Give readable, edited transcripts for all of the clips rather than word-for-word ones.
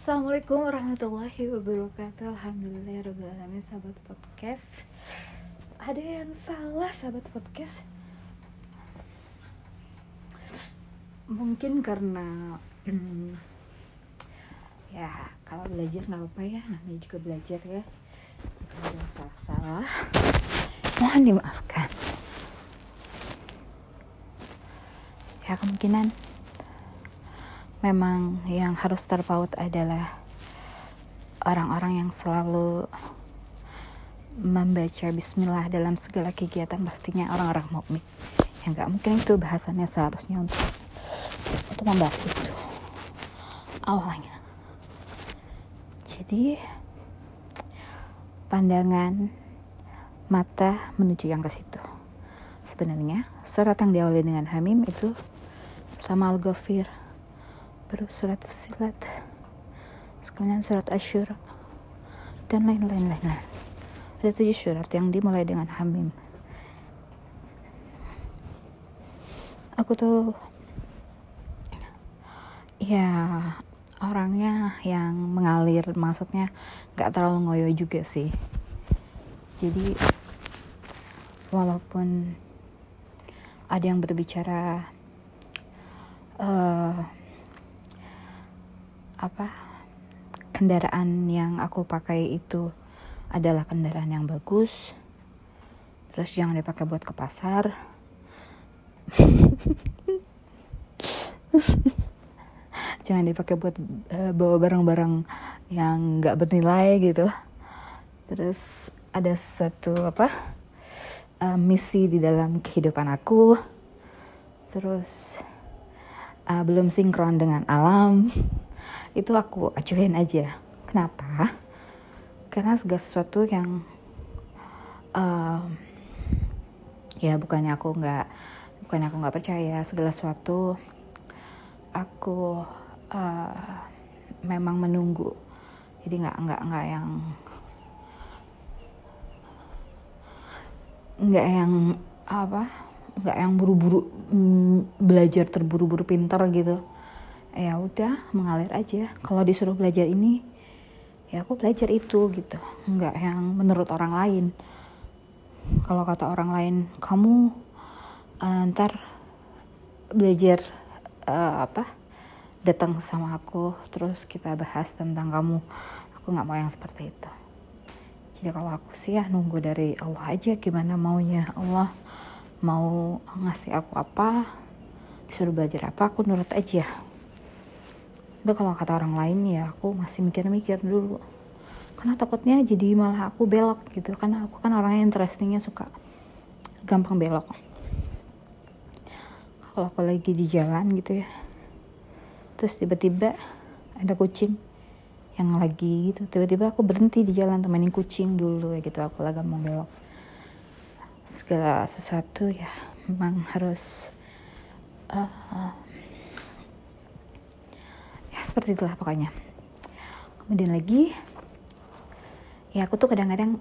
Assalamualaikum warahmatullahi wabarakatuh. Alhamdulillahirrahmanirrahim. Sahabat podcast, ada yang salah sahabat podcast? Mungkin karena ya kalau belajar gak apa-apa ya, namanya juga belajar ya. Jika ada yang salah-salah, mohon dimaafkan. Ya kemungkinan memang yang harus terpaut adalah orang-orang yang selalu membaca bismillah dalam segala kegiatan, pastinya orang-orang mukmin. Ya nggak mungkin itu bahasannya seharusnya untuk membahas itu awalnya. Jadi pandangan mata menuju yang ke situ. Sebenarnya surat yang diawali dengan Hamim itu pertama Al-Ghafir, baru surat Fussilat, sekalian surat Asy-Syura, dan lain-lain. Ada 7 surat yang dimulai dengan Hamim. Aku tuh ya orangnya yang mengalir, maksudnya gak terlalu ngoyo juga sih. Jadi walaupun ada yang berbicara kendaraan yang aku pakai itu adalah kendaraan yang bagus, terus jangan dipakai buat ke pasar, jangan dipakai buat bawa barang-barang yang gak bernilai gitu. Terus ada suatu misi di dalam kehidupan aku, terus belum sinkron dengan alam, itu aku acuhin aja. Kenapa? Karena segala sesuatu yang ya bukannya aku nggak percaya, segala sesuatu aku memang menunggu. Jadi nggak yang buru-buru belajar, terburu-buru pintar gitu. Ya udah, mengalir aja. Kalau disuruh belajar ini, ya aku belajar itu gitu. Nggak yang menurut orang lain. Kalau kata orang lain, kamu ntar belajar datang sama aku, terus kita bahas tentang kamu. Aku nggak mau yang seperti itu. Jadi kalau aku sih ya nunggu dari Allah aja, gimana maunya Allah. Mau ngasih aku apa, disuruh belajar apa, aku nurut aja. Udah, kalau kata orang lain ya aku masih mikir-mikir dulu. Karena takutnya jadi malah aku belok gitu. Karena aku kan orangnya interestingnya suka gampang belok. Kalau aku lagi di jalan gitu ya, terus tiba-tiba ada kucing yang lagi gitu, tiba-tiba aku berhenti di jalan temenin kucing dulu ya gitu. Aku lagi mau belok. Segala sesuatu ya memang harus ya seperti itulah pokoknya. Kemudian lagi ya aku tuh kadang-kadang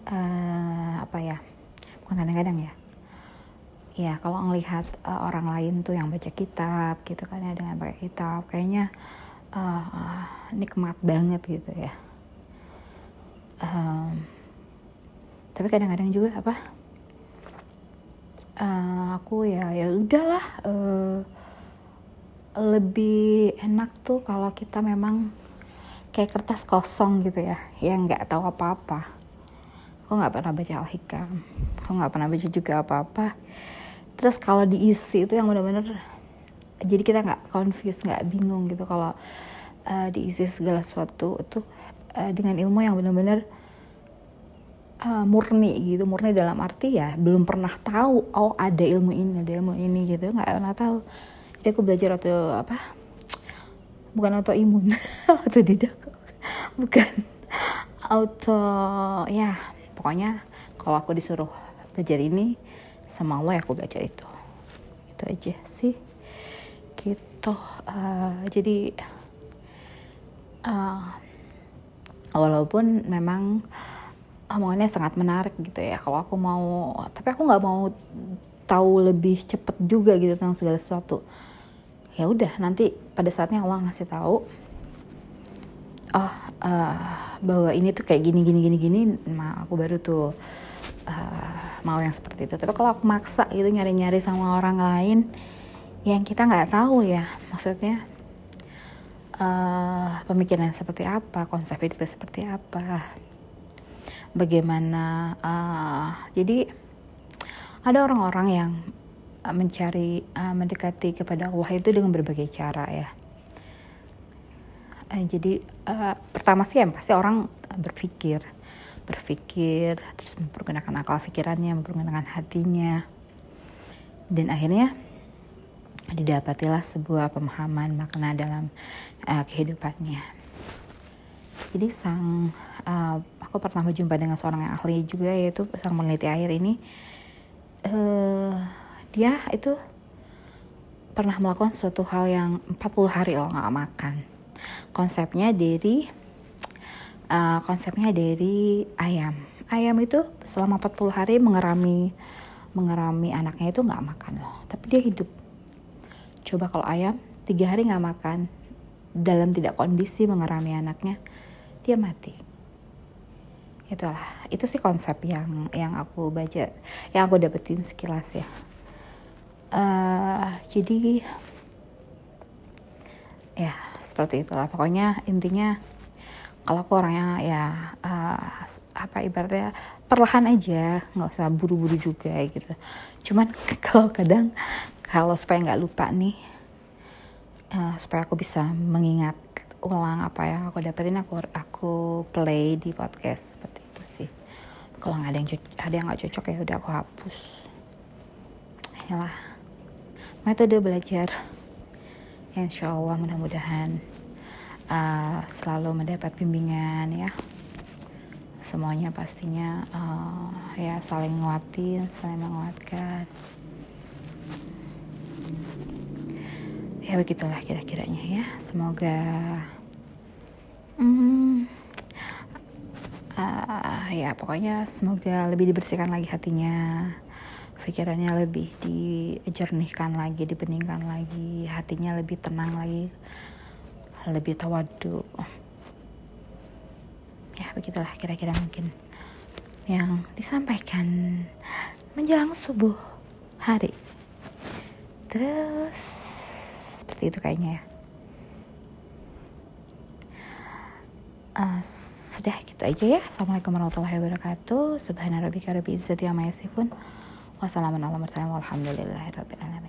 bukan kadang-kadang ya kalau ngelihat orang lain tuh yang baca kitab gitu kan ya, dengan pakai kitab kayaknya nikmat banget gitu ya. Tapi kadang-kadang juga aku ya udahlah, lebih enak tuh kalau kita memang kayak kertas kosong gitu ya, yang nggak tahu apa-apa. Aku nggak pernah baca Al-Hikam, aku nggak pernah baca juga apa-apa. Terus kalau diisi itu yang benar-benar, jadi kita nggak confused, nggak bingung gitu kalau diisi segala sesuatu itu dengan ilmu yang benar-benar murni gitu. Murni dalam arti ya belum pernah tahu ada ilmu ini gitu, nggak pernah tahu. Jadi aku belajar bukan autoimun autodidak, bukan ya pokoknya kalau aku disuruh belajar ini sama Allah ya aku belajar itu aja sih gitu. Jadi walaupun memang omongannya sangat menarik gitu ya, kalau aku mau, tapi aku nggak mau tahu lebih cepet juga gitu tentang segala sesuatu. Ya udah, nanti pada saatnya Allah ngasih tahu, oh bahwa ini tuh kayak gini, nah aku baru tuh mau yang seperti itu. Tapi kalau aku maksa gitu nyari-nyari sama orang lain yang kita nggak tahu ya, maksudnya pemikiran seperti apa, konsep hidup seperti apa, bagaimana. Jadi ada orang-orang yang mencari mendekati kepada Allah itu dengan berbagai cara ya. Jadi pertama sih yang pasti orang berpikir terus mempergunakan akal pikirannya, mempergunakan hatinya, dan akhirnya didapatilah sebuah pemahaman makna dalam kehidupannya. Jadi aku pernah berjumpa dengan seorang yang ahli juga, yaitu sang peneliti air ini. Dia itu pernah melakukan suatu hal yang 40 hari loh nggak makan. Konsepnya dari ayam. Ayam itu selama 40 hari mengerami anaknya itu nggak makan loh, tapi dia hidup. Coba kalau ayam 3 hari nggak makan dalam tidak kondisi mengerami anaknya, dia mati. Itu sih konsep yang aku baca, yang aku dapetin sekilas ya. Jadi ya seperti itulah. Pokoknya intinya kalau aku orangnya ya ibaratnya perlahan aja, nggak usah buru-buru juga gitu. Cuman kalau supaya nggak lupa nih, supaya aku bisa mengingat ulang apa yang aku dapetin, aku play di podcast seperti itu sih. Kalau nggak ada yang nggak cocok ya udah aku hapus. Inilah metode belajar yang insya Allah mudah-mudahan selalu mendapat bimbingan ya. Semuanya pastinya ya saling menguatkan. Ya begitulah kira-kiranya ya. Semoga ya pokoknya semoga lebih dibersihkan lagi hatinya, pikirannya lebih dijernihkan lagi, dibeningkan lagi, hatinya lebih tenang lagi, lebih tawadu. Ya begitulah kira-kira mungkin yang disampaikan menjelang subuh hari. Terus seperti itu kayaknya ya. Sudah gitu aja ya. Assalamualaikum warahmatullahi wabarakatuh. Subhanarabbika rabbil izzati amma yasifun. Wassalamualaikum warahmatullahi wabarakatuh. Walhamdulillahirabbil alamin.